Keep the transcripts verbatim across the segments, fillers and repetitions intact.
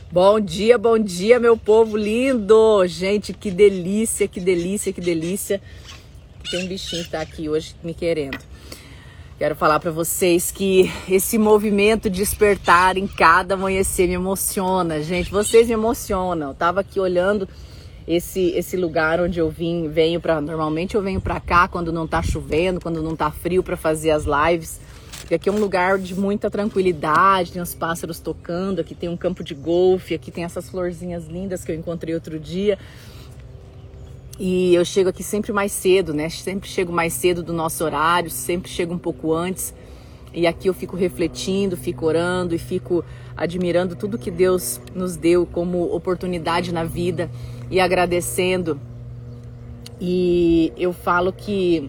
Bom dia, bom dia, meu povo lindo! Gente, que delícia, que delícia, que delícia. Tem um bichinho que tá aqui hoje me querendo. Quero falar para vocês que esse movimento de despertar em cada amanhecer me emociona, gente. Vocês me emocionam. Eu tava aqui olhando esse, esse lugar onde eu vim, venho para. Normalmente eu venho para cá quando não tá chovendo, quando não tá frio, para fazer as lives. Porque aqui é um lugar de muita tranquilidade, tem os pássaros tocando, aqui tem um campo de golfe, aqui tem essas florzinhas lindas que eu encontrei outro dia. E eu chego aqui sempre mais cedo, né? Sempre chego mais cedo do nosso horário, sempre chego um pouco antes. E aqui eu fico refletindo, fico orando e fico admirando tudo que Deus nos deu como oportunidade na vida e agradecendo. E eu falo que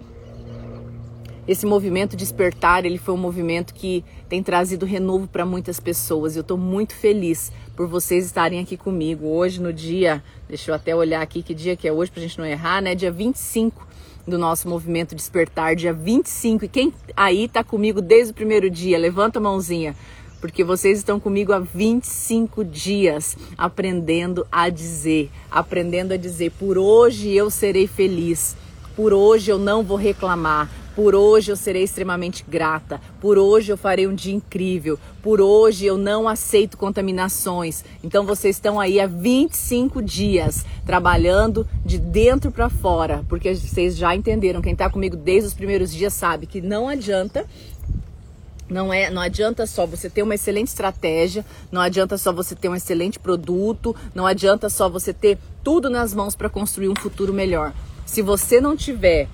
esse movimento Despertar, ele foi um movimento que tem trazido renovo para muitas pessoas. Eu estou muito feliz por vocês estarem aqui comigo hoje no dia, deixa eu até olhar aqui que dia que é hoje para a gente não errar, né? Dia vinte e cinco do nosso movimento Despertar, dia vinte e cinco. E quem aí está comigo desde o primeiro dia, levanta a mãozinha, porque vocês estão comigo há vinte e cinco dias, aprendendo a dizer, aprendendo a dizer, por hoje eu serei feliz, por hoje eu não vou reclamar, por hoje eu serei extremamente grata, por hoje eu farei um dia incrível, por hoje eu não aceito contaminações. Então vocês estão aí há vinte e cinco dias trabalhando de dentro para fora, porque vocês já entenderam, quem está comigo desde os primeiros dias sabe que não adianta, não, é, não adianta só você ter uma excelente estratégia, não adianta só você ter um excelente produto, não adianta só você ter tudo nas mãos para construir um futuro melhor. Se você não tiver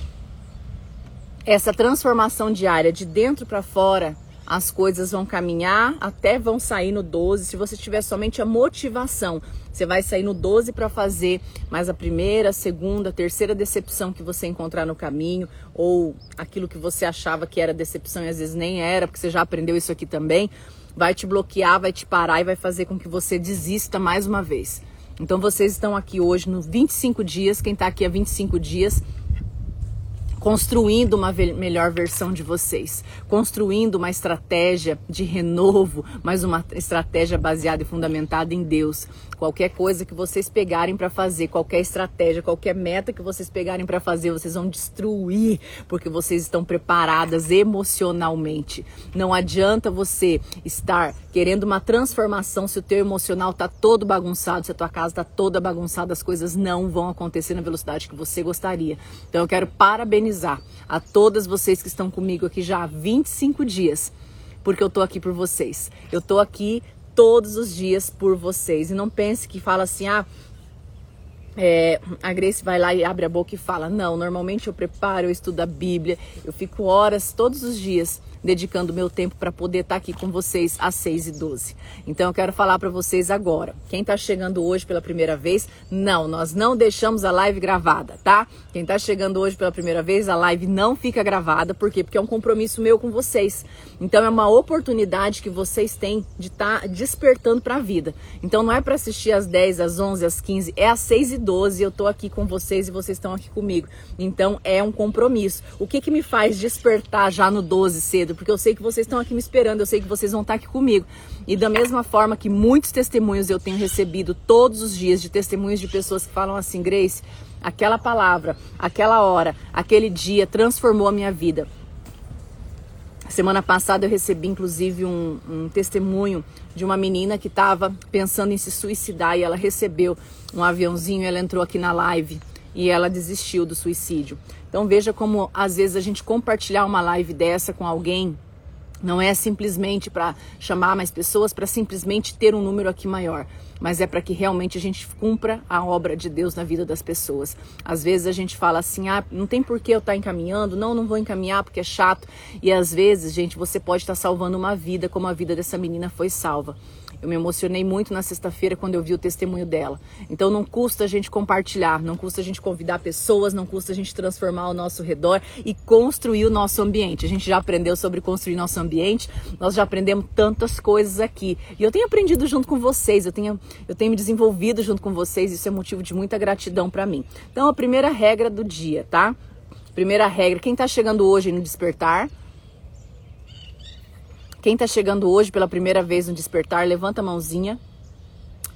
essa transformação diária de dentro para fora, as coisas vão caminhar, até vão sair no doze. Se você tiver somente a motivação, você vai sair no doze para fazer, mas a primeira, a segunda, a terceira decepção que você encontrar no caminho, ou aquilo que você achava que era decepção e às vezes nem era, porque você já aprendeu isso aqui também, vai te bloquear, vai te parar e vai fazer com que você desista mais uma vez. Então vocês estão aqui hoje nos vinte e cinco dias, quem está aqui há vinte e cinco dias, construindo uma melhor versão de vocês, construindo uma estratégia de renovo, mas uma estratégia baseada e fundamentada em Deus. Qualquer coisa que vocês pegarem para fazer, qualquer estratégia, qualquer meta que vocês pegarem para fazer, vocês vão destruir, porque vocês estão preparadas emocionalmente. Não adianta você estar querendo uma transformação se o teu emocional está todo bagunçado, se a tua casa está toda bagunçada, as coisas não vão acontecer na velocidade que você gostaria. Então eu quero parabenizar a todas vocês que estão comigo aqui já há vinte e cinco dias, porque eu tô aqui por vocês. Eu tô aqui todos os dias por vocês. E não pense que fala assim, ah, é, a Grace vai lá e abre a boca e fala. Não, normalmente eu preparo, eu estudo a Bíblia, eu fico horas todos os dias dedicando meu tempo para poder estar aqui com vocês às seis e doze. Então eu quero falar para vocês agora. Quem está chegando hoje pela primeira vez, não, nós não deixamos a live gravada, tá? Quem está chegando hoje pela primeira vez, a live não fica gravada. Por quê? Porque é um compromisso meu com vocês. Então é uma oportunidade que vocês têm de estar tá despertando para a vida. Então não é para assistir às dez, às onze, às quinze, é às seis e doze. Eu tô aqui com vocês e vocês estão aqui comigo. Então é um compromisso. O que que me faz despertar já no doze cedo? Porque eu sei que vocês estão aqui me esperando, eu sei que vocês vão estar aqui comigo. E da mesma forma que muitos testemunhos eu tenho recebido todos os dias, de testemunhos de pessoas que falam assim, Grace, aquela palavra, aquela hora, aquele dia transformou a minha vida. Semana passada eu recebi inclusive um, um testemunho de uma menina que estava pensando em se suicidar e ela recebeu um aviãozinho e ela entrou aqui na live e ela desistiu do suicídio. Então veja como às vezes a gente compartilhar uma live dessa com alguém não é simplesmente para chamar mais pessoas, para simplesmente ter um número aqui maior, mas é para que realmente a gente cumpra a obra de Deus na vida das pessoas. Às vezes a gente fala assim, ah, não tem por que eu estar encaminhando, não, não vou encaminhar porque é chato. E às vezes, gente, você pode estar salvando uma vida como a vida dessa menina foi salva. Eu me emocionei muito na sexta-feira quando eu vi o testemunho dela. Então não custa a gente compartilhar, não custa a gente convidar pessoas, não custa a gente transformar o nosso redor e construir o nosso ambiente. A gente já aprendeu sobre construir nosso ambiente, nós já aprendemos tantas coisas aqui. E eu tenho aprendido junto com vocês, eu tenho, eu tenho me desenvolvido junto com vocês, isso é motivo de muita gratidão para mim. Então a primeira regra do dia, tá? Primeira regra, quem tá chegando hoje no Despertar, quem tá chegando hoje pela primeira vez no Despertar, levanta a mãozinha.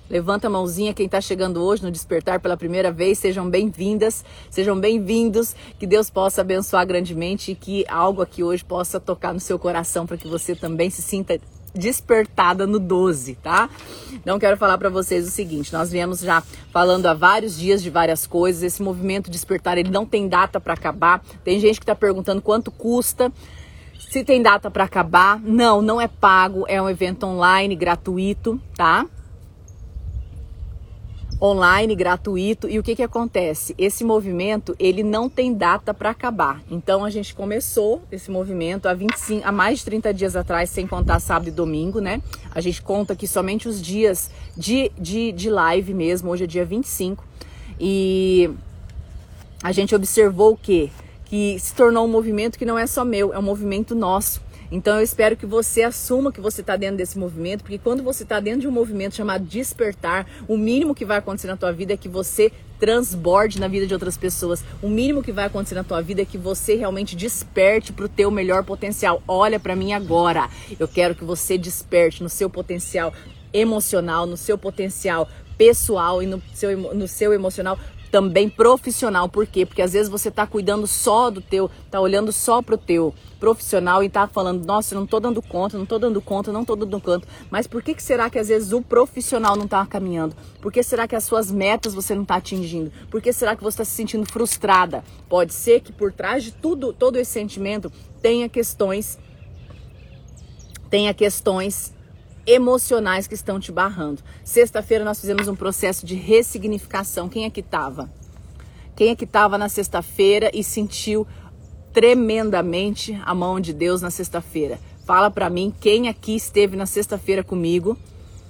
Levanta a mãozinha quem está chegando hoje no Despertar pela primeira vez. Sejam bem-vindas, sejam bem-vindos. Que Deus possa abençoar grandemente e que algo aqui hoje possa tocar no seu coração para que você também se sinta despertada no doze, tá? Então quero falar para vocês o seguinte, nós viemos já falando há vários dias de várias coisas. Esse movimento Despertar, ele não tem data para acabar. Tem gente que está perguntando quanto custa. Se tem data para acabar, não, não é pago, é um evento online gratuito, tá? Online, gratuito. E o que que acontece? Esse movimento, ele não tem data para acabar. Então a gente começou esse movimento há, vinte e cinco, há mais de trinta dias atrás, sem contar sábado e domingo, né? A gente conta aqui somente os dias de, de, de live mesmo. Hoje é dia vinte e cinco. E a gente observou o quê? Que se tornou um movimento que não é só meu, é um movimento nosso. Então eu espero que você assuma que você está dentro desse movimento, porque quando você está dentro de um movimento chamado Despertar, o mínimo que vai acontecer na tua vida é que você transborde na vida de outras pessoas. O mínimo que vai acontecer na tua vida é que você realmente desperte para o teu melhor potencial. Olha para mim agora, eu quero que você desperte no seu potencial emocional, no seu potencial pessoal e no seu, no seu emocional também profissional. Por quê? Porque às vezes você tá cuidando só do teu, tá olhando só pro teu profissional e tá falando, nossa, eu não tô dando conta, não tô dando conta, não tô dando conta. Mas por que que será que às vezes o profissional não tá caminhando? Por que será que as suas metas você não tá atingindo? Por que será que você tá se sentindo frustrada? Pode ser que por trás de tudo, todo esse sentimento tenha questões, tenha questões emocionais que estão te barrando. Sexta-feira nós fizemos um processo de ressignificação. Quem é que estava? Quem é que estava na sexta-feira e sentiu tremendamente a mão de Deus na sexta-feira? Fala pra mim, quem aqui esteve na sexta-feira comigo?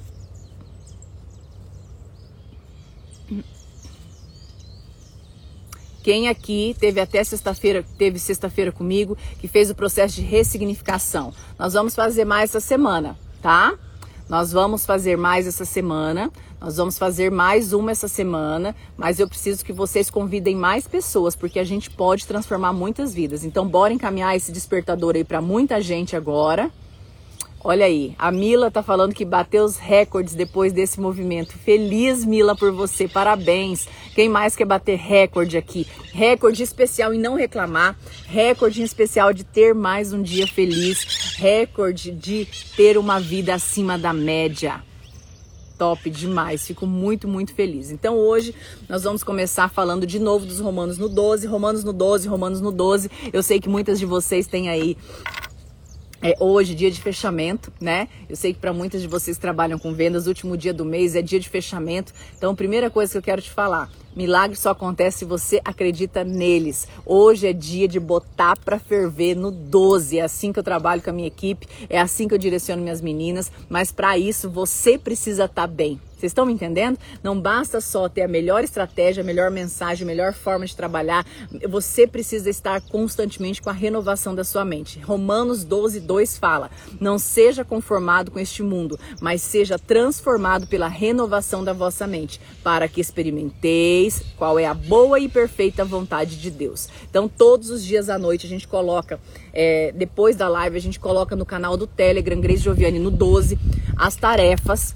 Quem aqui teve até sexta-feira, teve sexta-feira comigo, que fez o processo de ressignificação? Nós vamos fazer mais essa semana, tá? Nós vamos fazer mais essa semana, nós vamos fazer mais uma essa semana, mas eu preciso que vocês convidem mais pessoas, porque a gente pode transformar muitas vidas. Então, bora encaminhar esse despertador aí para muita gente agora. Olha aí, a Mila tá falando que bateu os recordes depois desse movimento. Feliz, Mila, por você, parabéns. Quem mais quer bater recorde aqui? Recorde especial em não reclamar, recorde em especial de ter mais um dia feliz, recorde de ter uma vida acima da média. Top demais, fico muito, muito feliz. Então hoje nós vamos começar falando de novo dos Romanos no doze, Romanos no doze, Romanos no doze. Eu sei que muitas de vocês têm aí É hoje, dia de fechamento, né? Eu sei que para muitas de vocês que trabalham com vendas, o último dia do mês é dia de fechamento. Então, primeira coisa que eu quero te falar, milagre só acontece se você acredita neles. Hoje é dia de botar para ferver no doze. É assim que eu trabalho com a minha equipe, é assim que eu direciono minhas meninas. Mas para isso, você precisa estar bem. Vocês estão me entendendo? Não basta só ter a melhor estratégia, a melhor mensagem, a melhor forma de trabalhar. Você precisa estar constantemente com a renovação da sua mente. Romanos doze, dois fala: não seja conformado com este mundo, mas seja transformado pela renovação da vossa mente, para que experimenteis qual é a boa e perfeita vontade de Deus. Então, todos os dias à noite a gente coloca, é, depois da live, a gente coloca no canal do Telegram, Grace Gioviani, no doze, as tarefas,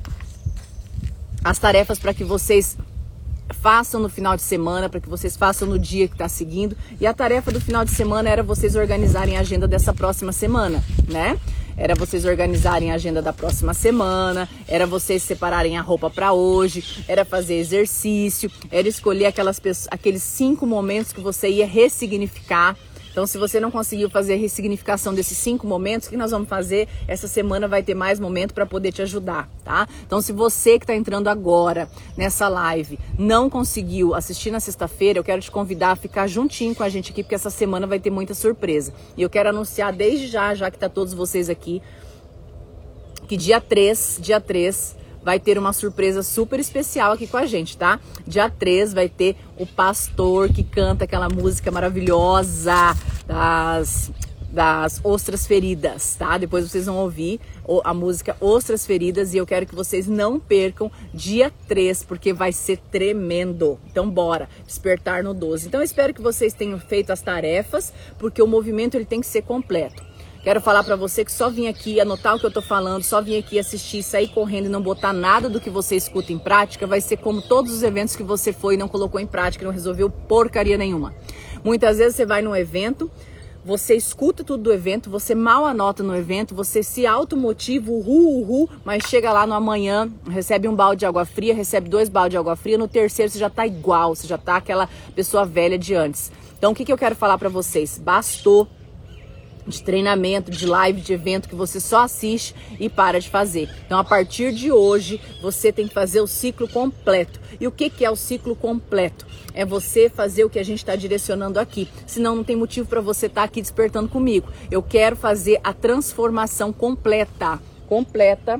as tarefas para que vocês façam no final de semana, para que vocês façam no dia que está seguindo. E a tarefa do final de semana era vocês organizarem a agenda dessa próxima semana, né? Era vocês organizarem a agenda da próxima semana, era vocês separarem a roupa para hoje, era fazer exercício, era escolher aquelas pessoas, aqueles cinco momentos que você ia ressignificar. Então, se você não conseguiu fazer a ressignificação desses cinco momentos, o que nós vamos fazer? Essa semana vai ter mais momento para poder te ajudar, tá? Então, se você que está entrando agora nessa live não conseguiu assistir na sexta-feira, eu quero te convidar a ficar juntinho com a gente aqui, porque essa semana vai ter muita surpresa. E eu quero anunciar desde já, já que tá todos vocês aqui, que dia três, dia três... vai ter uma surpresa super especial aqui com a gente, tá? Dia três vai ter o pastor que canta aquela música maravilhosa das, das Ostras Feridas, tá? Depois vocês vão ouvir a música Ostras Feridas e eu quero que vocês não percam dia três, porque vai ser tremendo. Então bora, despertar no doze. Então eu espero que vocês tenham feito as tarefas, porque o movimento ele tem que ser completo. Quero falar pra você que só vir aqui anotar o que eu tô falando, só vir aqui assistir, sair correndo e não botar nada do que você escuta em prática, vai ser como todos os eventos que você foi e não colocou em prática, não resolveu porcaria nenhuma. Muitas vezes você vai num evento, você escuta tudo do evento, você mal anota no evento, você se automotiva, uhul, uhul, mas chega lá no amanhã, recebe um balde de água fria, recebe dois baldes de água fria, no terceiro você já tá igual, você já tá aquela pessoa velha de antes. Então o que, que eu quero falar pra vocês? Bastou de treinamento, de live, de evento que você só assiste e para de fazer. Então, a partir de hoje, você tem que fazer o ciclo completo. E o que, que é o ciclo completo? É você fazer o que a gente está direcionando aqui. Senão, não tem motivo para você estar tá aqui despertando comigo. Eu quero fazer a transformação completa. Completa.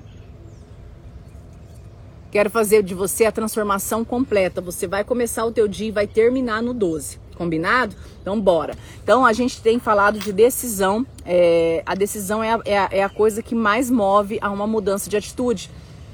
Quero fazer de você a transformação completa. Você vai começar o teu dia e vai terminar no doze. Combinado? Então bora. Então a gente tem falado de decisão. É, a decisão é a, é, a, é a coisa que mais move a uma mudança de atitude.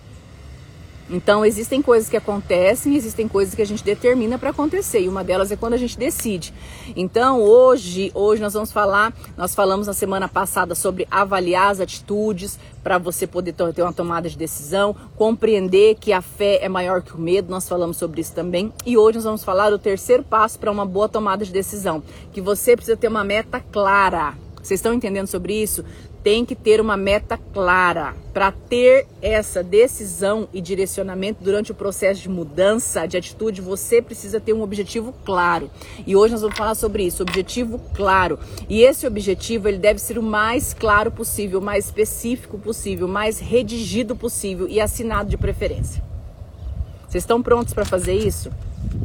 Então existem coisas que acontecem, existem coisas que a gente determina para acontecer, e uma delas é quando a gente decide. Então hoje, hoje nós vamos falar, nós falamos na semana passada sobre avaliar as atitudes para você poder ter uma tomada de decisão, compreender que a fé é maior que o medo, nós falamos sobre isso também. E hoje nós vamos falar do terceiro passo para uma boa tomada de decisão, que você precisa ter uma meta clara. Vocês estão entendendo sobre isso? Tem que ter uma meta clara. Para ter essa decisão e direcionamento durante o processo de mudança de atitude, você precisa ter um objetivo claro. E hoje nós vamos falar sobre isso, objetivo claro. E esse objetivo, ele deve ser o mais claro possível, o mais específico possível, o mais redigido possível e assinado de preferência. Vocês estão prontos para fazer isso?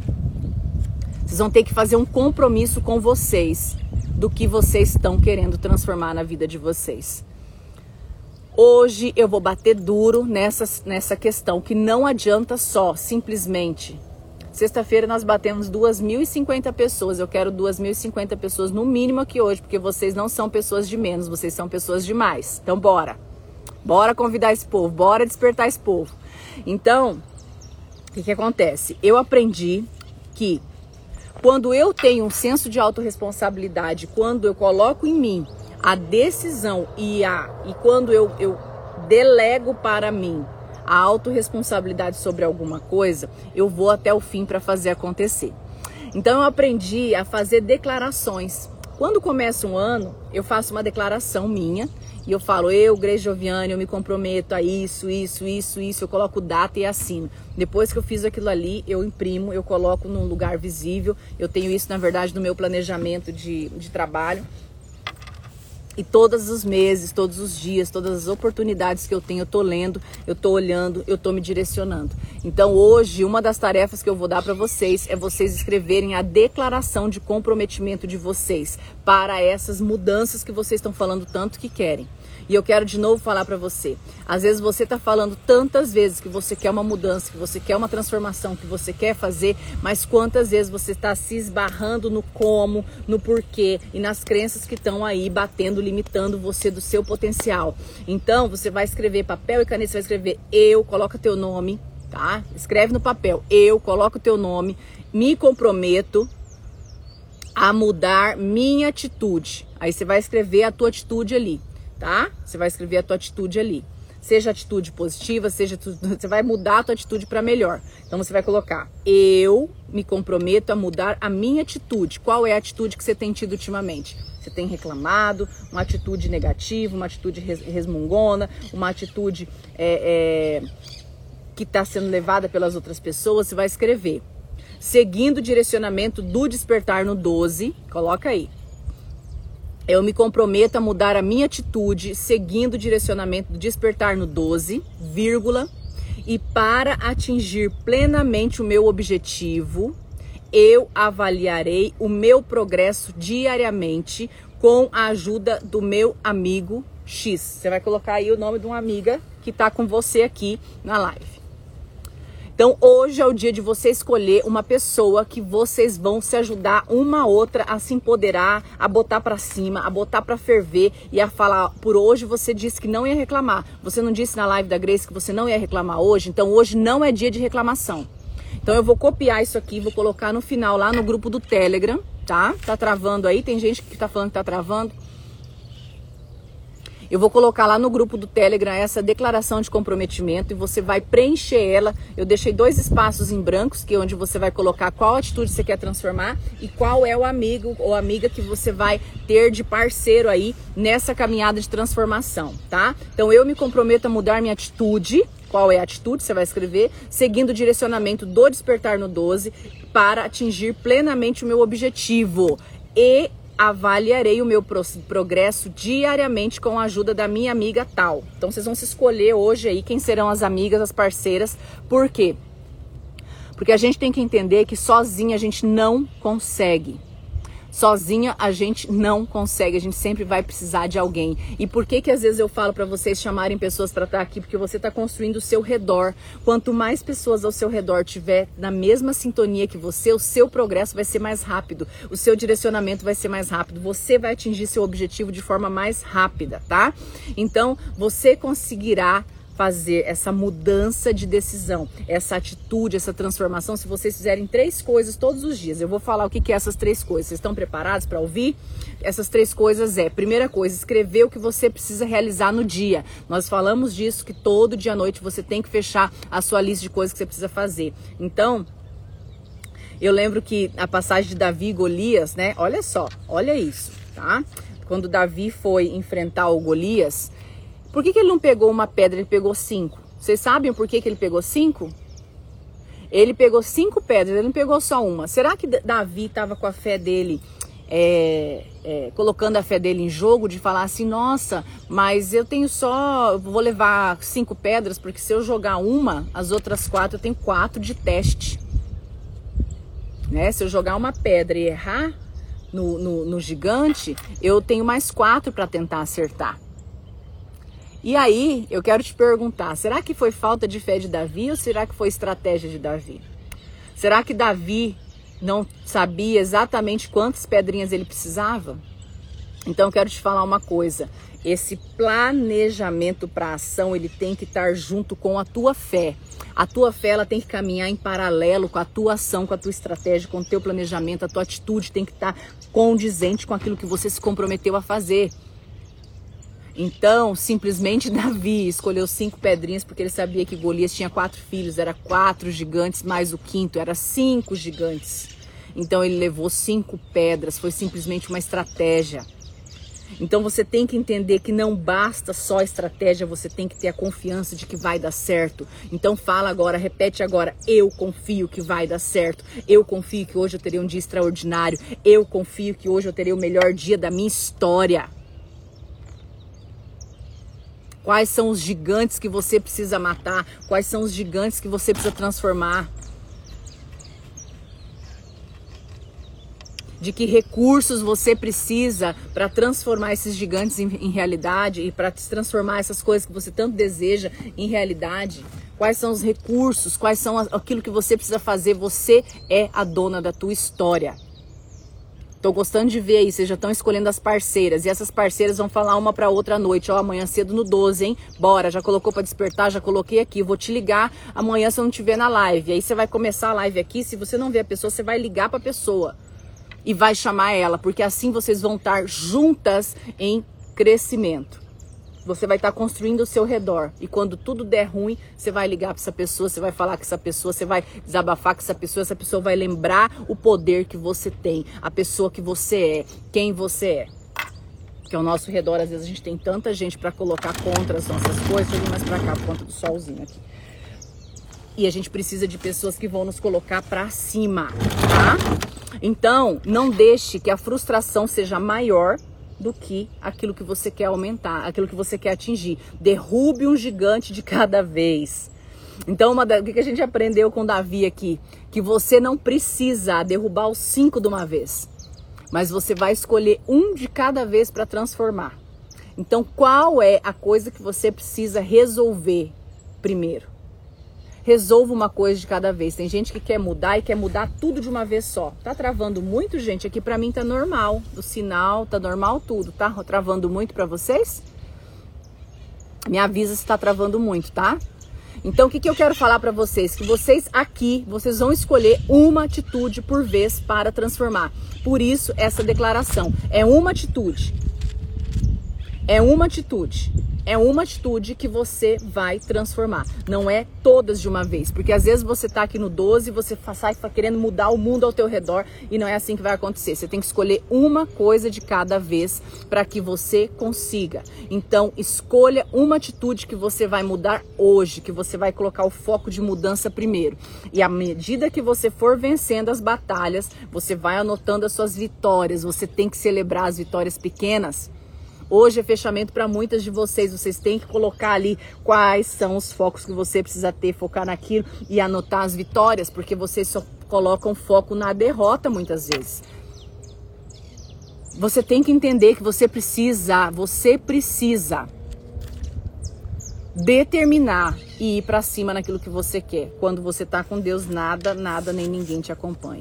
Vocês vão ter que fazer um compromisso com vocês do que vocês estão querendo transformar na vida de vocês. Hoje eu vou bater duro nessa, nessa questão, que não adianta só, simplesmente. Sexta-feira nós batemos duas mil e cinquenta pessoas, eu quero duas mil e cinquenta pessoas no mínimo aqui hoje, porque vocês não são pessoas de menos, vocês são pessoas de mais. Então bora, bora convidar esse povo, bora despertar esse povo. Então, o que que acontece? Eu aprendi que quando eu tenho um senso de autorresponsabilidade, quando eu coloco em mim a decisão e, a, e quando eu, eu delego para mim a autorresponsabilidade sobre alguma coisa, eu vou até o fim para fazer acontecer. Então eu aprendi a fazer declarações. Quando começa um ano, eu faço uma declaração minha e eu falo, eu, Grace Joviane, eu me comprometo a isso, isso, isso, isso, eu coloco data e assino. Depois que eu fiz aquilo ali, eu imprimo, eu coloco num lugar visível, eu tenho isso, na verdade, no meu planejamento de, de trabalho. E todos os meses, todos os dias, todas as oportunidades que eu tenho, eu tô lendo, eu tô olhando, eu tô me direcionando. Então hoje, uma das tarefas que eu vou dar para vocês é vocês escreverem a declaração de comprometimento de vocês para essas mudanças que vocês estão falando tanto que querem. E eu quero de novo falar para você, às vezes você tá falando tantas vezes que você quer uma mudança, que você quer uma transformação, que você quer fazer, mas quantas vezes você está se esbarrando no como, no porquê e nas crenças que estão aí batendo, limitando você do seu potencial. Então você vai escrever papel e caneta, você vai escrever eu, coloca teu nome, tá? Escreve no papel, eu, coloca o teu nome, me comprometo a mudar minha atitude. Aí você vai escrever a tua atitude ali. Tá? Você vai escrever a tua atitude ali. Seja atitude positiva, seja você vai mudar a tua atitude para melhor. Então você vai colocar: eu me comprometo a mudar a minha atitude. Qual é a atitude que você tem tido ultimamente? Você tem reclamado, uma atitude negativa, uma atitude resmungona, uma atitude é, é, que está sendo levada pelas outras pessoas. Você vai escrever: seguindo o direcionamento do despertar no doze, coloca aí. Eu me comprometo a mudar a minha atitude seguindo o direcionamento do despertar no doze, vírgula, e para atingir plenamente o meu objetivo, eu avaliarei o meu progresso diariamente com a ajuda do meu amigo X. Você vai colocar aí o nome de uma amiga que está com você aqui na live. Então hoje é o dia de você escolher uma pessoa que vocês vão se ajudar uma a outra a se empoderar, a botar pra cima, a botar pra ferver e a falar, por hoje você disse que não ia reclamar. Você não disse na live da Grace que você não ia reclamar hoje? Então hoje não é dia de reclamação. Então eu vou copiar isso aqui, vou colocar no final lá no grupo do Telegram, tá? Tá travando aí, tem gente que tá falando que tá travando. Eu vou colocar lá no grupo do Telegram essa declaração de comprometimento e você vai preencher ela. Eu deixei dois espaços em brancos, que é onde você vai colocar qual atitude você quer transformar e qual é o amigo ou amiga que você vai ter de parceiro aí nessa caminhada de transformação, tá? Então eu me comprometo a mudar minha atitude. Qual é a atitude? Você vai escrever, seguindo o direcionamento do Despertar no doze para atingir plenamente o meu objetivo. E avaliarei o meu progresso diariamente com a ajuda da minha amiga tal. Então vocês vão se escolher hoje aí quem serão as amigas, as parceiras. Por quê? Porque a gente tem que entender que sozinha a gente não consegue. Sozinha a gente não consegue, a gente sempre vai precisar de alguém. E por que que às vezes eu falo para vocês chamarem pessoas para estar aqui? Porque você está construindo o seu redor. Quanto mais pessoas ao seu redor tiver na mesma sintonia que você, o seu progresso vai ser mais rápido, o seu direcionamento vai ser mais rápido, você vai atingir seu objetivo de forma mais rápida, tá? Então, você conseguirá fazer essa mudança de decisão, essa atitude, essa transformação, se vocês fizerem três coisas todos os dias. Eu vou falar o que que é essas três coisas. Vocês estão preparados para ouvir? Essas três coisas é, primeira coisa, escrever o que você precisa realizar no dia. Nós falamos disso, que todo dia à noite você tem que fechar a sua lista de coisas que você precisa fazer. Então, eu lembro que a passagem de Davi e Golias, né? Olha só, olha isso, tá? Quando Davi foi enfrentar o Golias, por que que ele não pegou uma pedra, ele pegou cinco? Vocês sabem por que que ele pegou cinco? Ele pegou cinco pedras, ele não pegou só uma. Será que Davi estava com a fé dele, é, é, colocando a fé dele em jogo, de falar assim, nossa, mas eu tenho só, eu vou levar cinco pedras, porque se eu jogar uma, as outras quatro, eu tenho quatro de teste. Né? Se eu jogar uma pedra e errar no, no, no gigante, eu tenho mais quatro para tentar acertar. E aí, eu quero te perguntar, será que foi falta de fé de Davi ou será que foi estratégia de Davi? Será que Davi não sabia exatamente quantas pedrinhas ele precisava? Então, eu quero te falar uma coisa, esse planejamento para ação, ele tem que estar junto com a tua fé. A tua fé, ela tem que caminhar em paralelo com a tua ação, com a tua estratégia, com o teu planejamento, a tua atitude tem que estar condizente com aquilo que você se comprometeu a fazer. Então, simplesmente Davi escolheu cinco pedrinhas porque ele sabia que Golias tinha quatro filhos, era quatro gigantes mais o quinto, era cinco gigantes. Então ele levou cinco pedras, foi simplesmente uma estratégia. Então você tem que entender que não basta só estratégia, você tem que ter a confiança de que vai dar certo. Então fala agora, repete agora, eu confio que vai dar certo. Eu confio que hoje eu terei um dia extraordinário. Eu confio que hoje eu terei o melhor dia da minha história. Quais são os gigantes que você precisa matar? Quais são os gigantes que você precisa transformar? De que recursos você precisa para transformar esses gigantes em, em realidade e para transformar essas coisas que você tanto deseja em realidade? Quais são os recursos? Quais são aquilo que você precisa fazer? Você é a dona da tua história. Tô gostando de ver aí, vocês já estão escolhendo as parceiras. E essas parceiras vão falar uma pra outra à noite. Ó, amanhã cedo no doze, hein? Bora, já colocou pra despertar, já coloquei aqui. Vou te ligar amanhã se eu não estiver na live. Aí você vai começar a live aqui. Se você não ver a pessoa, você vai ligar pra pessoa. E vai chamar ela, porque assim vocês vão estar juntas em crescimento. Você vai estar construindo o seu redor. E quando tudo der ruim, você vai ligar para essa pessoa, você vai falar com essa pessoa, você vai desabafar com essa pessoa, essa pessoa vai lembrar o poder que você tem, a pessoa que você é, quem você é. Porque ao nosso redor, às vezes, a gente tem tanta gente para colocar contra as nossas coisas. Deixa eu vir mais para cá, por conta do solzinho aqui. E a gente precisa de pessoas que vão nos colocar para cima, tá? Então, não deixe que a frustração seja maior do que aquilo que você quer aumentar, aquilo que você quer atingir. Derrube um gigante de cada vez. Então, uma da, o que a gente aprendeu com Davi aqui? Que você não precisa derrubar os cinco de uma vez, mas você vai escolher um de cada vez para transformar. Então, qual é a coisa que você precisa resolver primeiro? Resolva uma coisa de cada vez. Tem gente que quer mudar e quer mudar tudo de uma vez só. Tá travando muito, gente? Aqui pra mim tá normal. O sinal tá normal tudo. Tá travando muito pra vocês? Me avisa se tá travando muito, tá? Então, o que que eu quero falar pra vocês? Que vocês aqui, vocês vão escolher uma atitude por vez para transformar. Por isso, essa declaração é uma atitude. É uma atitude. É uma atitude que você vai transformar. Não é todas de uma vez. Porque às vezes você tá aqui no doze e você sai querendo mudar o mundo ao teu redor e não é assim que vai acontecer. Você tem que escolher uma coisa de cada vez para que você consiga. Então, escolha uma atitude que você vai mudar hoje, que você vai colocar o foco de mudança primeiro. E à medida que você for vencendo as batalhas, você vai anotando as suas vitórias. Você tem que celebrar as vitórias pequenas. Hoje é fechamento para muitas de vocês, vocês têm que colocar ali quais são os focos que você precisa ter, focar naquilo e anotar as vitórias, porque vocês só colocam foco na derrota muitas vezes. Você tem que entender que você precisa, você precisa determinar e ir para cima naquilo que você quer. Quando você tá com Deus, nada, nada nem ninguém te acompanha.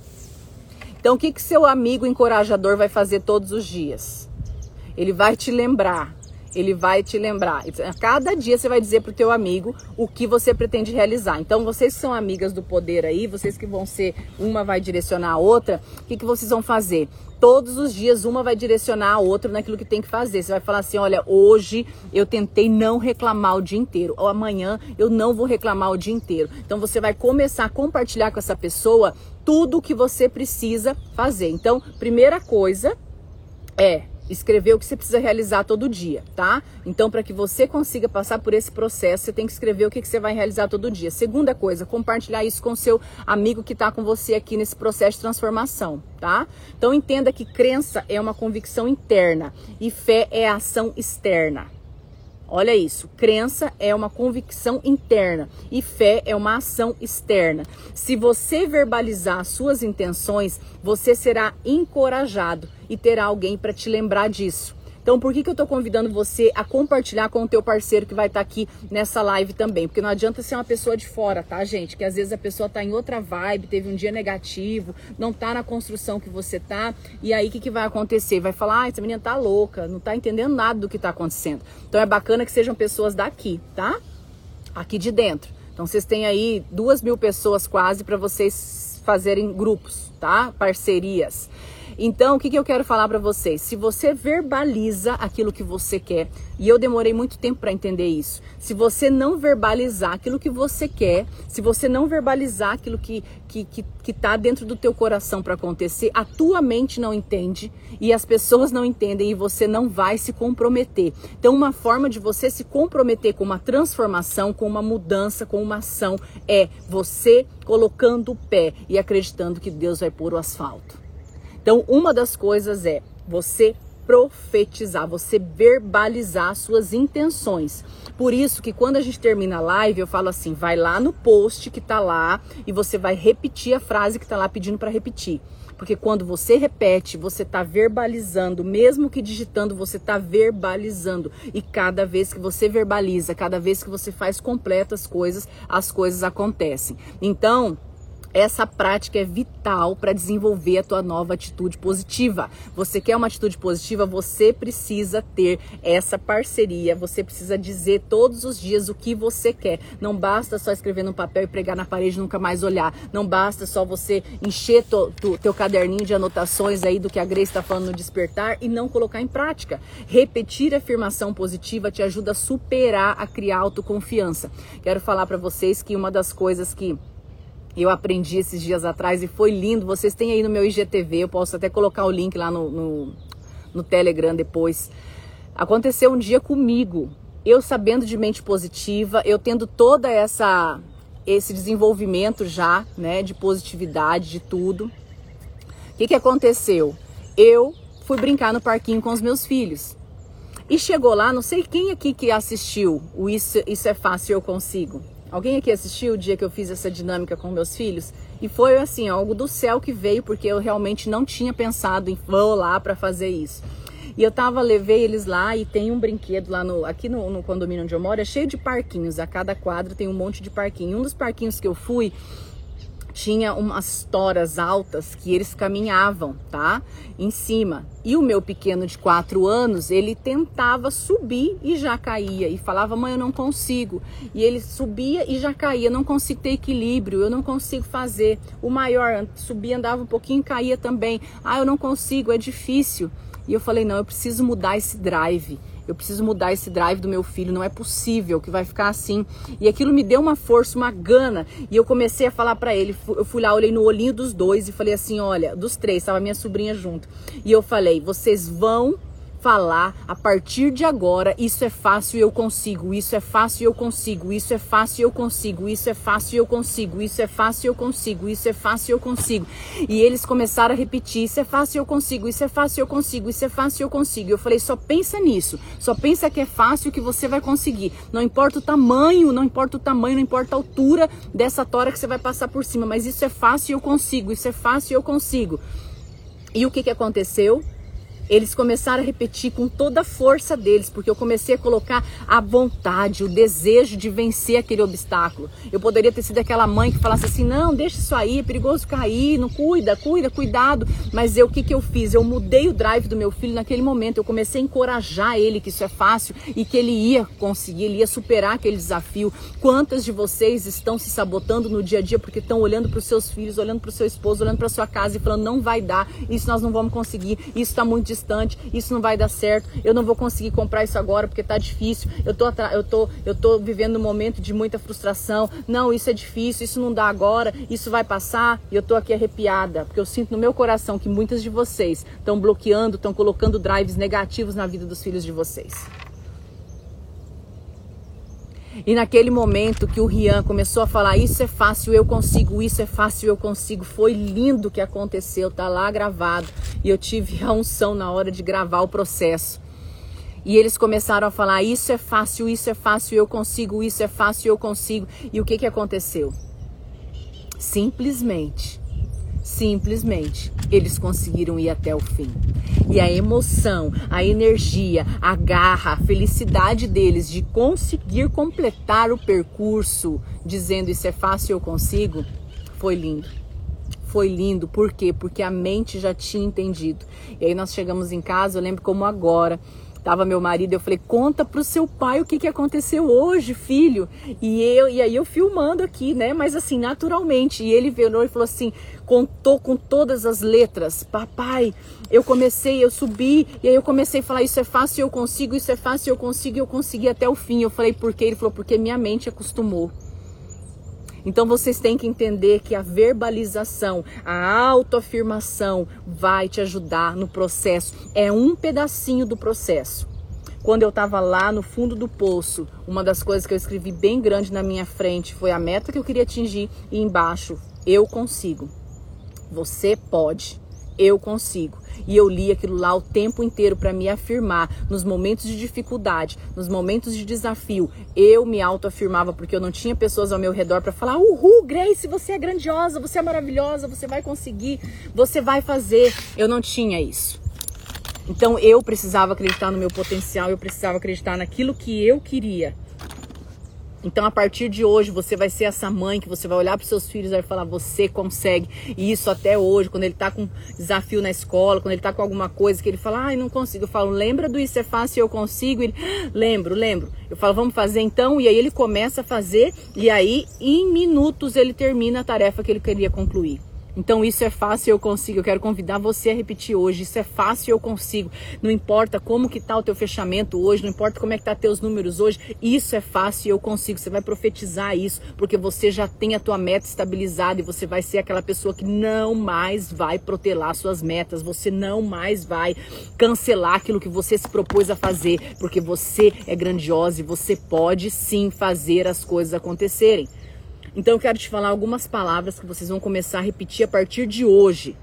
Então o que que seu amigo encorajador vai fazer todos os dias? Ele vai te lembrar, ele vai te lembrar. A cada dia você vai dizer pro teu amigo o que você pretende realizar. Então, vocês que são amigas do poder aí, vocês que vão ser, uma vai direcionar a outra, o que que vocês vão fazer? Todos os dias uma vai direcionar a outra naquilo que tem que fazer. Você vai falar assim, olha, hoje eu tentei não reclamar o dia inteiro. Ou amanhã eu não vou reclamar o dia inteiro. Então, você vai começar a compartilhar com essa pessoa tudo o que você precisa fazer. Então, primeira coisa é escrever o que você precisa realizar todo dia, tá? Então, para que você consiga passar por esse processo, você tem que escrever o que, que você vai realizar todo dia. Segunda coisa, compartilhar isso com o seu amigo que tá com você aqui nesse processo de transformação, tá? Então, entenda que crença é uma convicção interna e fé é ação externa. Olha isso, crença é uma convicção interna e fé é uma ação externa. Se você verbalizar suas intenções, você será encorajado e terá alguém para te lembrar disso. Então, por que que eu tô convidando você a compartilhar com o teu parceiro que vai estar aqui nessa live também? Porque não adianta ser uma pessoa de fora, tá, gente? Que às vezes a pessoa tá em outra vibe, teve um dia negativo, não tá na construção que você tá, e aí o que que vai acontecer? Vai falar, ah, essa menina tá louca, não tá entendendo nada do que tá acontecendo. Então é bacana que sejam pessoas daqui, tá? Aqui de dentro. Então vocês têm aí duas mil pessoas quase para vocês fazerem grupos, tá? Parcerias. Então, o que que eu quero falar para vocês? Se você verbaliza aquilo que você quer, e eu demorei muito tempo para entender isso, se você não verbalizar aquilo que você quer, se você não verbalizar aquilo que, que, que, que tá dentro do teu coração para acontecer, a tua mente não entende e as pessoas não entendem e você não vai se comprometer. Então, uma forma de você se comprometer com uma transformação, com uma mudança, com uma ação, é você colocando o pé e acreditando que Deus vai pôr o asfalto. Então, uma das coisas é você profetizar, você verbalizar suas intenções. Por isso que quando a gente termina a live, eu falo assim, vai lá no post que tá lá e você vai repetir a frase que tá lá pedindo para repetir. Porque quando você repete, você tá verbalizando, mesmo que digitando, você tá verbalizando. E cada vez que você verbaliza, cada vez que você faz completas coisas, as coisas acontecem. Então, essa prática é vital para desenvolver a tua nova atitude positiva. Você quer uma atitude positiva? Você precisa ter essa parceria. Você precisa dizer todos os dias o que você quer. Não basta só escrever no papel e pregar na parede e nunca mais olhar. Não basta só você encher to, to, teu caderninho de anotações aí do que a Grace está falando no despertar e não colocar em prática. Repetir a afirmação positiva te ajuda a superar, a criar autoconfiança. Quero falar para vocês que uma das coisas que eu aprendi esses dias atrás e foi lindo, vocês têm aí no meu I G T V, eu posso até colocar o link lá no, no, no Telegram depois. Aconteceu um dia comigo, eu sabendo de mente positiva, eu tendo toda essa esse desenvolvimento já, né, de positividade, de tudo. O que que aconteceu? Eu fui brincar no parquinho com os meus filhos. E chegou lá, não sei quem aqui que assistiu o Isso, Isso é Fácil, Eu Consigo. Alguém aqui assistiu o dia que eu fiz essa dinâmica com meus filhos? E foi assim, algo do céu que veio, porque eu realmente não tinha pensado em vou lá para fazer isso. E eu tava, levei eles lá e tem um brinquedo lá no, aqui no, no condomínio onde eu moro, é cheio de parquinhos. A cada quadra tem um monte de parquinho. Um dos parquinhos que eu fui tinha umas toras altas que eles caminhavam, tá? Em cima. E o meu pequeno de quatro anos, ele tentava subir e já caía. E falava, mãe, eu não consigo. E ele subia e já caía. Eu não consigo ter equilíbrio, eu não consigo fazer. O maior subia, andava um pouquinho e caía também. Ah, eu não consigo, é difícil. E eu falei, não, eu preciso mudar esse drive. eu preciso mudar esse drive do meu filho, não é possível que vai ficar assim. E aquilo me deu uma força, uma gana, e eu comecei a falar pra ele, eu fui lá, olhei no olhinho dos dois e falei assim, olha, dos três, tava minha sobrinha junto, e eu falei, vocês vão falar a partir de agora, isso é fácil e eu consigo, isso é fácil e eu consigo, isso é fácil e eu consigo, isso é fácil e eu consigo, isso é fácil e eu consigo, isso é fácil e eu consigo. E eles começaram a repetir, isso é fácil e eu consigo, isso é fácil e eu consigo, isso é fácil e eu consigo. Eu falei, só pensa nisso, só pensa que é fácil que você vai conseguir. Não importa o tamanho, não importa o tamanho, não importa a altura dessa tora que você vai passar por cima, mas isso é fácil e eu consigo, isso é fácil e eu consigo. E o que que aconteceu? Eles começaram a repetir com toda a força deles, porque eu comecei a colocar a vontade, o desejo de vencer aquele obstáculo. Eu poderia ter sido aquela mãe que falasse assim, não, deixa isso aí, é perigoso cair, não cuida, cuida, cuidado. Mas eu, o que que eu fiz? Eu mudei o drive do meu filho naquele momento, eu comecei a encorajar ele que isso é fácil e que ele ia conseguir, ele ia superar aquele desafio. Quantas de vocês estão se sabotando no dia a dia porque estão olhando para os seus filhos, olhando para o seu esposo, olhando para sua casa e falando, não vai dar, isso nós não vamos conseguir, isso está muito distante. Distante, isso não vai dar certo, eu não vou conseguir comprar isso agora porque tá difícil, eu tô, eu tô, eu tô vivendo um momento de muita frustração, não, isso é difícil, isso não dá agora, isso vai passar, e eu tô aqui arrepiada, porque eu sinto no meu coração que muitas de vocês estão bloqueando, estão colocando drives negativos na vida dos filhos de vocês. E naquele momento que o Rian começou a falar, isso é fácil, eu consigo, isso é fácil, eu consigo, foi lindo o que aconteceu, tá lá gravado. E eu tive a unção na hora de gravar o processo. E eles começaram a falar, isso é fácil, isso é fácil, eu consigo, isso é fácil, eu consigo. E o que que aconteceu? Simplesmente, simplesmente, eles conseguiram ir até o fim. E a emoção, a energia, a garra, a felicidade deles de conseguir completar o percurso, dizendo isso é fácil, eu consigo, foi lindo. Foi lindo, por quê? Porque a mente já tinha entendido. E aí nós chegamos em casa, eu lembro como agora, tava meu marido, eu falei, conta pro seu pai o que que aconteceu hoje, filho. E eu e aí eu filmando aqui, né? Mas assim, naturalmente. E ele virou e falou assim, contou com todas as letras. Papai, eu comecei, eu subi, e aí eu comecei a falar, isso é fácil, eu consigo, isso é fácil, eu consigo, eu consegui até o fim. Eu falei, por quê? Ele falou, porque minha mente acostumou. Então vocês têm que entender que a verbalização, a autoafirmação vai te ajudar no processo. É um pedacinho do processo. Quando eu estava lá no fundo do poço, uma das coisas que eu escrevi bem grande na minha frente foi a meta que eu queria atingir e embaixo, eu consigo. Você pode. Eu consigo. E eu li aquilo lá o tempo inteiro para me afirmar nos momentos de dificuldade, nos momentos de desafio. Eu me autoafirmava porque eu não tinha pessoas ao meu redor para falar, uhul, Grace, você é grandiosa, você é maravilhosa, você vai conseguir, você vai fazer. Eu não tinha isso. Então eu precisava acreditar no meu potencial, eu precisava acreditar naquilo que eu queria. Então, a partir de hoje, você vai ser essa mãe que você vai olhar para os seus filhos e vai falar, você consegue. E isso até hoje, quando ele está com desafio na escola, quando ele está com alguma coisa que ele fala, ai, não consigo. Eu falo, lembra do isso é fácil, eu consigo? Ele, lembro, lembro. Eu falo, vamos fazer então? E aí ele começa a fazer e aí, em minutos, ele termina a tarefa que ele queria concluir. Então isso é fácil, eu consigo. Eu quero convidar você a repetir hoje. Isso é fácil, eu consigo. Não importa como que tá o teu fechamento hoje, não importa como é que tá teus números hoje. Isso é fácil, eu consigo. Você vai profetizar isso, porque você já tem a tua meta estabilizada e você vai ser aquela pessoa que não mais vai protelar suas metas. Você não mais vai cancelar aquilo que você se propôs a fazer, porque você é grandiosa e você pode sim fazer as coisas acontecerem. Então eu quero te falar algumas palavras que vocês vão começar a repetir a partir de hoje.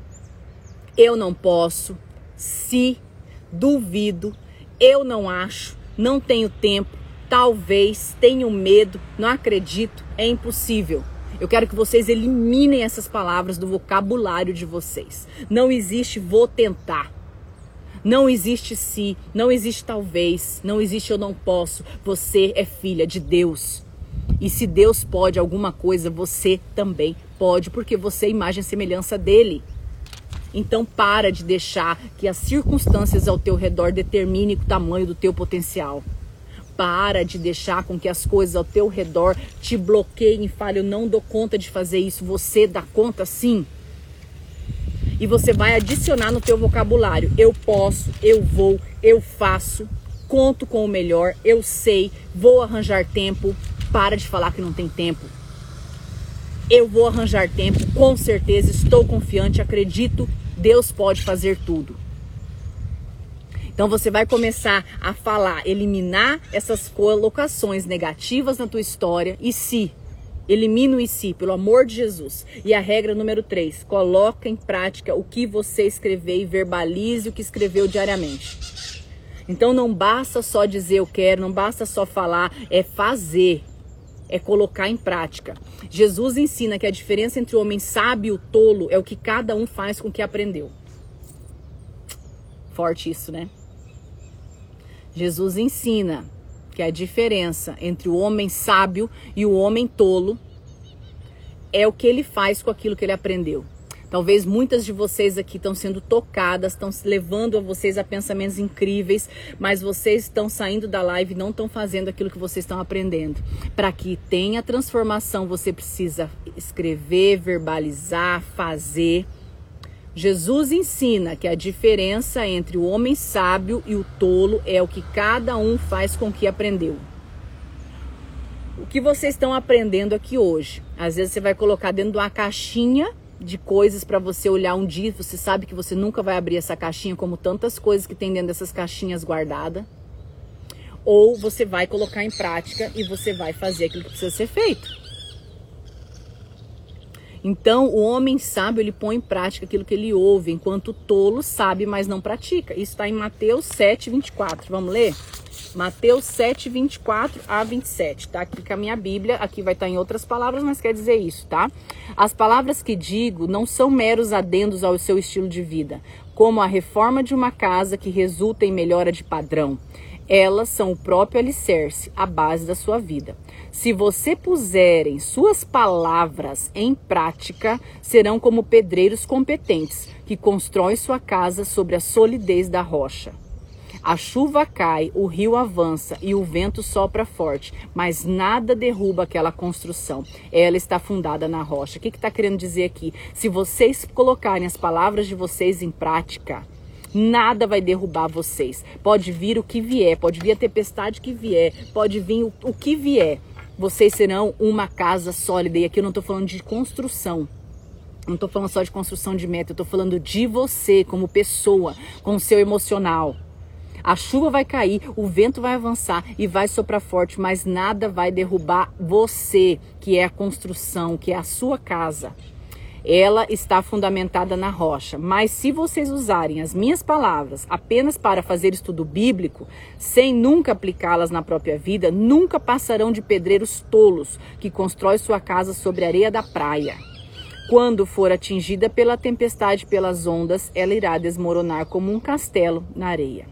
Eu não posso, se, duvido, eu não acho, não tenho tempo, talvez, tenho medo, não acredito, é impossível. Eu quero que vocês eliminem essas palavras do vocabulário de vocês. Não existe vou tentar. Não existe se, não existe talvez, não existe eu não posso. Você é filha de Deus. E se Deus pode alguma coisa, você também pode, porque você é imagem e semelhança dele. Então para de deixar que as circunstâncias ao teu redor determinem o tamanho do teu potencial. Para de deixar com que as coisas ao teu redor te bloqueiem e falem, eu não dou conta de fazer isso. Você dá conta sim. E você vai adicionar no teu vocabulário, eu posso, eu vou, eu faço, conto com o melhor, eu sei, vou arranjar tempo. Para de falar que não tem tempo. Eu vou arranjar tempo, com certeza, estou confiante, acredito, Deus pode fazer tudo. Então você vai começar a falar, eliminar essas colocações negativas na tua história. E se, elimina o e se, pelo amor de Jesus. E a regra número três, coloca em prática o que você escreveu e verbalize o que escreveu diariamente. Então não basta só dizer eu quero, não basta só falar, é fazer. É colocar em prática. Jesus ensina que a diferença entre o homem sábio e o tolo é o que cada um faz com o que aprendeu. Forte isso, né? Jesus ensina que a diferença entre o homem sábio e o homem tolo é o que ele faz com aquilo que ele aprendeu. Talvez muitas de vocês aqui estão sendo tocadas, estão levando a vocês a pensamentos incríveis, mas vocês estão saindo da live e não estão fazendo aquilo que vocês estão aprendendo. Para que tenha transformação, você precisa escrever, verbalizar, fazer. Jesus ensina que a diferença entre o homem sábio e o tolo é o que cada um faz com o que aprendeu. O que vocês estão aprendendo aqui hoje? Às vezes você vai colocar dentro de uma caixinha de coisas para você olhar um dia, você sabe que você nunca vai abrir essa caixinha, como tantas coisas que tem dentro dessas caixinhas guardadas. Ou você vai colocar em prática e você vai fazer aquilo que precisa ser feito. Então, o homem sábio, ele põe em prática aquilo que ele ouve, enquanto o tolo sabe, mas não pratica. Isso está em Mateus sete, vinte e quatro. Vamos ler? Mateus sete, vinte e quatro a vinte e sete, tá? Aqui com a minha Bíblia, aqui vai estar em outras palavras, mas quer dizer isso, tá? As palavras que digo não são meros adendos ao seu estilo de vida, como a reforma de uma casa que resulta em melhora de padrão. Elas são o próprio alicerce, a base da sua vida. Se você puserem suas palavras em prática, serão como pedreiros competentes, que constroem sua casa sobre a solidez da rocha. A chuva cai, o rio avança e o vento sopra forte, mas nada derruba aquela construção. Ela está fundada na rocha. O que está querendo dizer aqui? Se vocês colocarem as palavras de vocês em prática, nada vai derrubar vocês. Pode vir o que vier, pode vir a tempestade que vier, pode vir o, o que vier. Vocês serão uma casa sólida. E aqui eu não estou falando de construção. Não estou falando só de construção de meta, eu estou falando de você como pessoa, com o seu emocional. A chuva vai cair, o vento vai avançar e vai soprar forte, mas nada vai derrubar você, que é a construção, que é a sua casa. Ela está fundamentada na rocha. Mas se vocês usarem as minhas palavras apenas para fazer estudo bíblico, sem nunca aplicá-las na própria vida, nunca passarão de pedreiros tolos que constroem sua casa sobre a areia da praia. Quando for atingida pela tempestade, pelas ondas, ela irá desmoronar como um castelo na areia.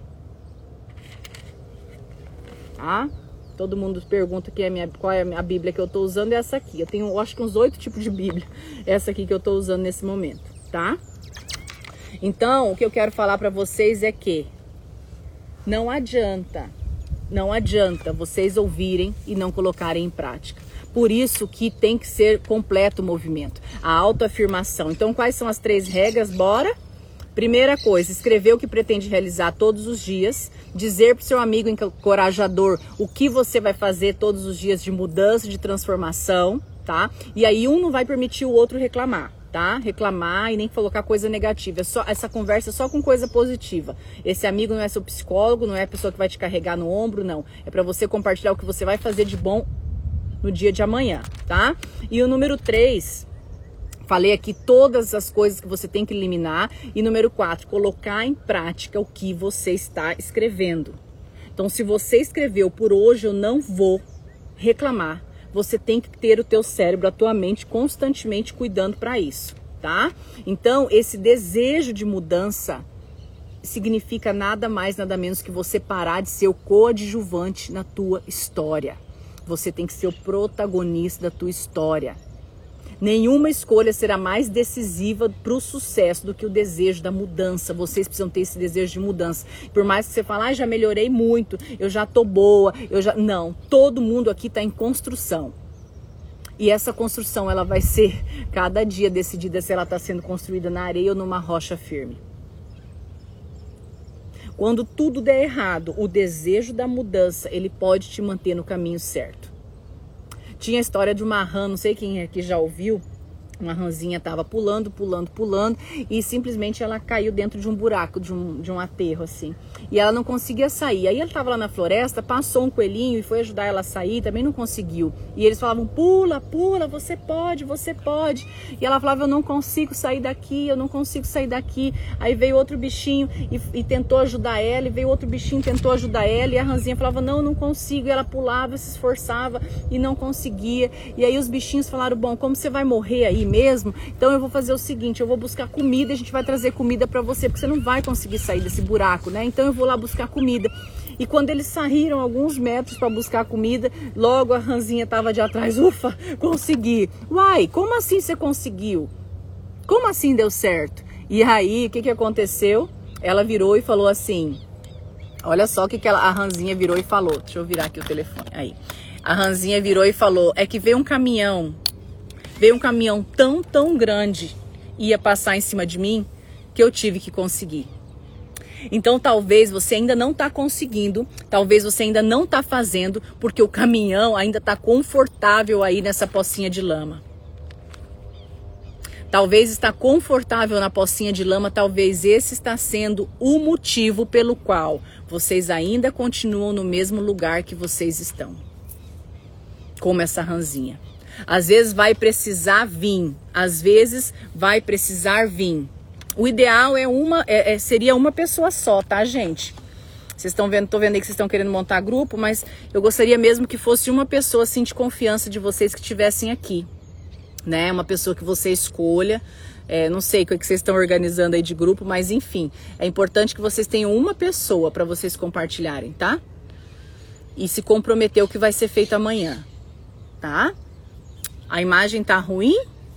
Ah, todo mundo pergunta que é minha, qual é a Bíblia que eu estou usando, é essa aqui. Eu tenho, acho que uns oito tipos de Bíblia, essa aqui que eu estou usando nesse momento, tá? Então, o que eu quero falar para vocês é que não adianta, não adianta vocês ouvirem e não colocarem em prática. Por isso que tem que ser completo o movimento, a autoafirmação. Então, quais são as três regras? Bora? Primeira coisa, escrever o que pretende realizar todos os dias, dizer para o seu amigo encorajador o que você vai fazer todos os dias de mudança, de transformação, tá? E aí um não vai permitir o outro reclamar, tá? Reclamar e nem colocar coisa negativa. É só, essa conversa é só com coisa positiva. Esse amigo não é seu psicólogo, não é a pessoa que vai te carregar no ombro, não. É para você compartilhar o que você vai fazer de bom no dia de amanhã, tá? E o número três... Falei aqui todas as coisas que você tem que eliminar. E número quatro, colocar em prática o que você está escrevendo. Então, se você escreveu por hoje eu não vou reclamar, você tem que ter o teu cérebro, a tua mente constantemente cuidando para isso, tá? Então, esse desejo de mudança significa nada mais, nada menos que você parar de ser o coadjuvante na tua história. Você tem que ser o protagonista da tua história. Nenhuma escolha será mais decisiva para o sucesso do que o desejo da mudança. Vocês precisam ter esse desejo de mudança. Por mais que você fale, ah, já melhorei muito, eu já tô boa, eu já... Não, todo mundo aqui está em construção. E essa construção, ela vai ser cada dia decidida se ela está sendo construída na areia ou numa rocha firme. Quando tudo der errado, o desejo da mudança, ele pode te manter no caminho certo. Tinha a história de uma rã, não sei quem aqui já ouviu, uma rãzinha estava pulando, pulando, pulando e simplesmente ela caiu dentro de um buraco, de um, de um aterro assim. E ela não conseguia sair. Aí ela estava lá na floresta, passou um coelhinho e foi ajudar ela a sair, também não conseguiu. E eles falavam, pula, pula, você pode, você pode. E ela falava, eu não consigo sair daqui, eu não consigo sair daqui. Aí veio outro bichinho e, e tentou ajudar ela, e veio outro bichinho e tentou ajudar ela. E a rãzinha falava, não, eu não consigo. E ela pulava, se esforçava e não conseguia. E aí os bichinhos falaram, bom, como você vai morrer aí mesmo, então eu vou fazer o seguinte, eu vou buscar comida, a gente vai trazer comida para você, porque você não vai conseguir sair desse buraco, né? Então eu vou lá buscar comida. E quando eles saíram alguns metros para buscar comida, logo a rãzinha tava de atrás, ufa, consegui. Uai, como assim você conseguiu? Como assim deu certo? E aí, o que que aconteceu? Ela virou e falou assim, olha só o que que ela, a rãzinha virou e falou, deixa eu virar aqui o telefone, aí. A rãzinha virou e falou, é que veio um caminhão, Veio um caminhão tão, tão grande, ia passar em cima de mim, que eu tive que conseguir. Então talvez você ainda não está conseguindo, talvez você ainda não está fazendo, porque o caminhão ainda está confortável aí nessa pocinha de lama. Talvez está confortável na pocinha de lama, talvez esse está sendo o motivo pelo qual vocês ainda continuam no mesmo lugar que vocês estão. Como essa rãzinha. Às vezes vai precisar vir, às vezes vai precisar vir. O ideal é uma, é, é, seria uma pessoa só, tá, gente? Vocês estão vendo, tô vendo aí que vocês estão querendo montar grupo, mas eu gostaria mesmo que fosse uma pessoa assim de confiança de vocês que estivessem aqui, né? Uma pessoa que você escolha. É, não sei o que vocês estão organizando aí de grupo, mas enfim, é importante que vocês tenham uma pessoa para vocês compartilharem, tá? E se comprometer o que vai ser feito amanhã, tá? A imagem tá ruim?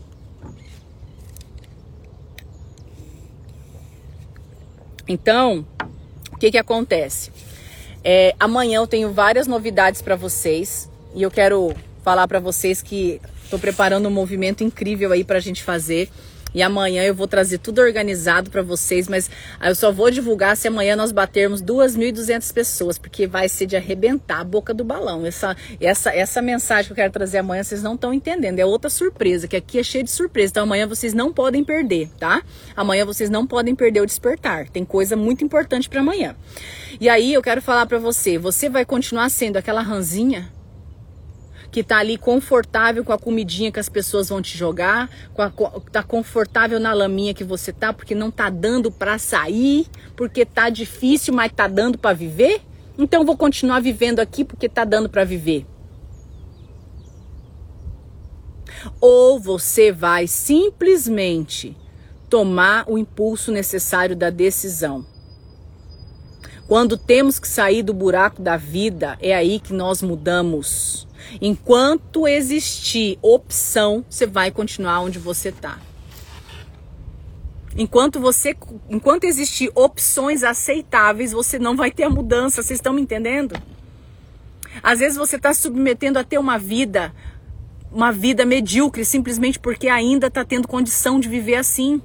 Então, o que que acontece? É, amanhã eu tenho várias novidades para vocês e eu quero falar para vocês que tô preparando um movimento incrível aí pra gente fazer. E amanhã eu vou trazer tudo organizado para vocês, mas eu só vou divulgar se amanhã nós batermos duas mil e duzentas pessoas, porque vai ser de arrebentar a boca do balão. Essa, essa, essa mensagem que eu quero trazer amanhã, vocês não estão entendendo. É outra surpresa, que aqui é cheio de surpresa. Então amanhã vocês não podem perder, tá? Amanhã vocês não podem perder o despertar. Tem coisa muito importante para amanhã. E aí eu quero falar para você, você vai continuar sendo aquela rãzinha que tá ali confortável com a comidinha que as pessoas vão te jogar, com a, tá confortável na laminha que você tá, porque não tá dando pra sair, porque tá difícil, mas tá dando pra viver? Então vou continuar vivendo aqui porque tá dando pra viver. Ou você vai simplesmente tomar o impulso necessário da decisão. Quando temos que sair do buraco da vida, é aí que nós mudamos. Enquanto existir opção, você vai continuar onde você está. Enquanto você, enquanto existir opções aceitáveis, você não vai ter a mudança. Vocês estão me entendendo? Às vezes você está submetendo a ter uma vida, uma vida medíocre, simplesmente porque ainda está tendo condição de viver assim.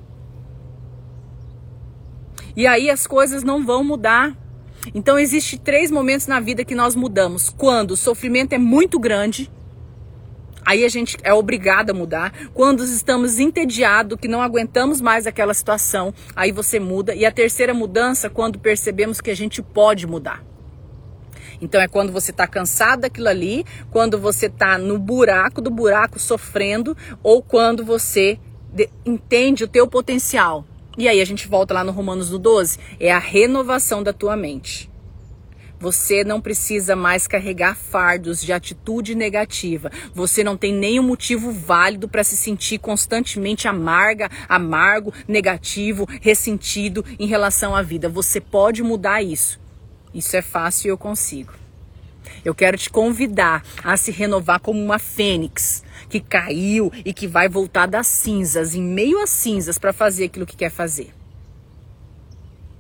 E aí as coisas não vão mudar. Então existem três momentos na vida que nós mudamos. Quando o sofrimento é muito grande, aí a gente é obrigado a mudar. Quando estamos entediados, que não aguentamos mais aquela situação, aí você muda. E a terceira mudança, quando percebemos que a gente pode mudar. Então é quando você está cansado daquilo ali, quando você está no buraco do buraco sofrendo, ou quando você entende o teu potencial. E aí a gente volta lá no Romanos do doze, é a renovação da tua mente. Você não precisa mais carregar fardos de atitude negativa. Você não tem nenhum motivo válido para se sentir constantemente amarga, amargo, negativo, ressentido em relação à vida. Você pode mudar isso. Isso é fácil e eu consigo. Eu quero te convidar a se renovar como uma fênix que caiu e que vai voltar das cinzas, em meio às cinzas, para fazer aquilo que quer fazer.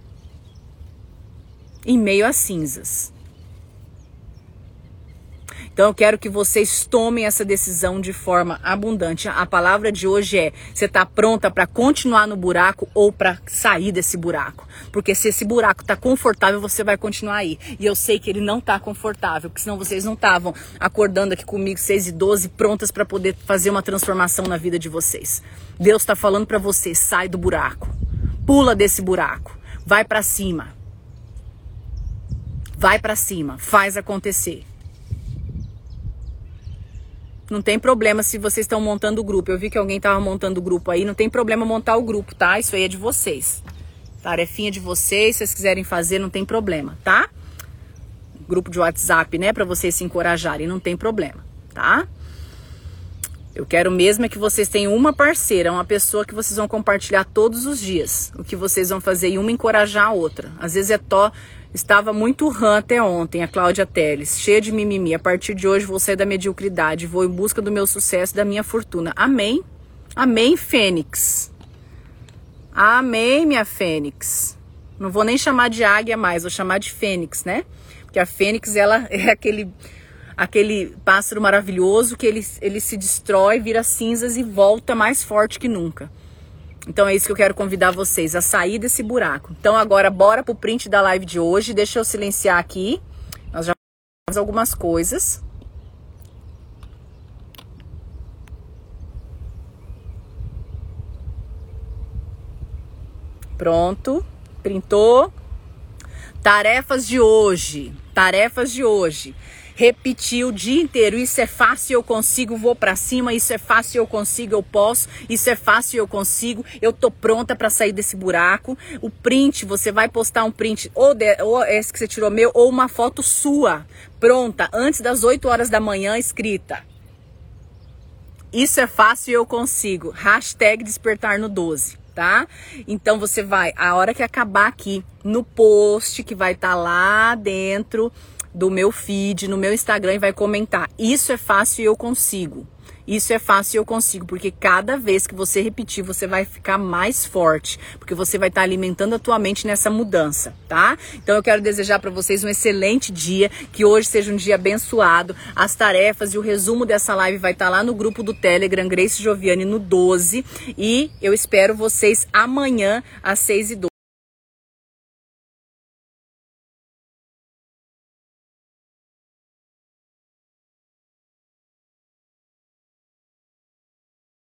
Em meio às cinzas. Então eu quero que vocês tomem essa decisão de forma abundante. A palavra de hoje é: você está pronta para continuar no buraco ou para sair desse buraco? Porque se esse buraco está confortável, você vai continuar aí. E eu sei que ele não está confortável, porque senão vocês não estavam acordando aqui comigo seis e doze prontas para poder fazer uma transformação na vida de vocês. Deus está falando para você: sai do buraco, pula desse buraco, vai para cima, vai para cima, faz acontecer. Não tem problema se vocês estão montando o grupo. Eu vi que alguém estava montando o grupo aí. Não tem problema montar o grupo, tá? Isso aí é de vocês. Tarefinha de vocês. Se vocês quiserem fazer, não tem problema, tá? Grupo de WhatsApp, né? Pra vocês se encorajarem. Não tem problema, tá? Eu quero mesmo é que vocês tenham uma parceira, uma pessoa que vocês vão compartilhar todos os dias. O que vocês vão fazer e uma encorajar a outra. Às vezes é tó... Estava muito rã até ontem, a Cláudia Teles, cheia de mimimi. A partir de hoje vou sair da mediocridade, vou em busca do meu sucesso, da minha fortuna. Amém? Amém, Fênix. Amém, minha Fênix. Não vou nem chamar de águia mais, vou chamar de Fênix, né? Porque a Fênix, ela é aquele, aquele pássaro maravilhoso que ele, ele se destrói, vira cinzas e volta mais forte que nunca. Então é isso que eu quero convidar vocês, a sair desse buraco. Então agora bora pro print da live de hoje. Deixa eu silenciar aqui. Nós já fizemos algumas coisas. Pronto. Printou. Tarefas de hoje. Tarefas de hoje. Repetir o dia inteiro: isso é fácil, eu consigo, vou pra cima, isso é fácil, eu consigo, eu posso, isso é fácil, eu consigo, eu tô pronta pra sair desse buraco. O print, você vai postar um print, ou, de, ou esse que você tirou meu, ou uma foto sua, pronta, antes das oito horas da manhã, escrita: isso é fácil, eu consigo, hashtag despertar no doze. Tá? Então você vai, a hora que acabar aqui, no post que vai estar tá lá dentro do meu feed, no meu Instagram, e vai comentar: isso é fácil e eu consigo. Isso é fácil e eu consigo, porque cada vez que você repetir, você vai ficar mais forte, porque você vai estar alimentando a tua mente nessa mudança, tá? Então eu quero desejar para vocês um excelente dia, que hoje seja um dia abençoado. As tarefas e o resumo dessa live vai estar lá no grupo do Telegram, Grace Joviane, no doze, e eu espero vocês amanhã às seis e doze.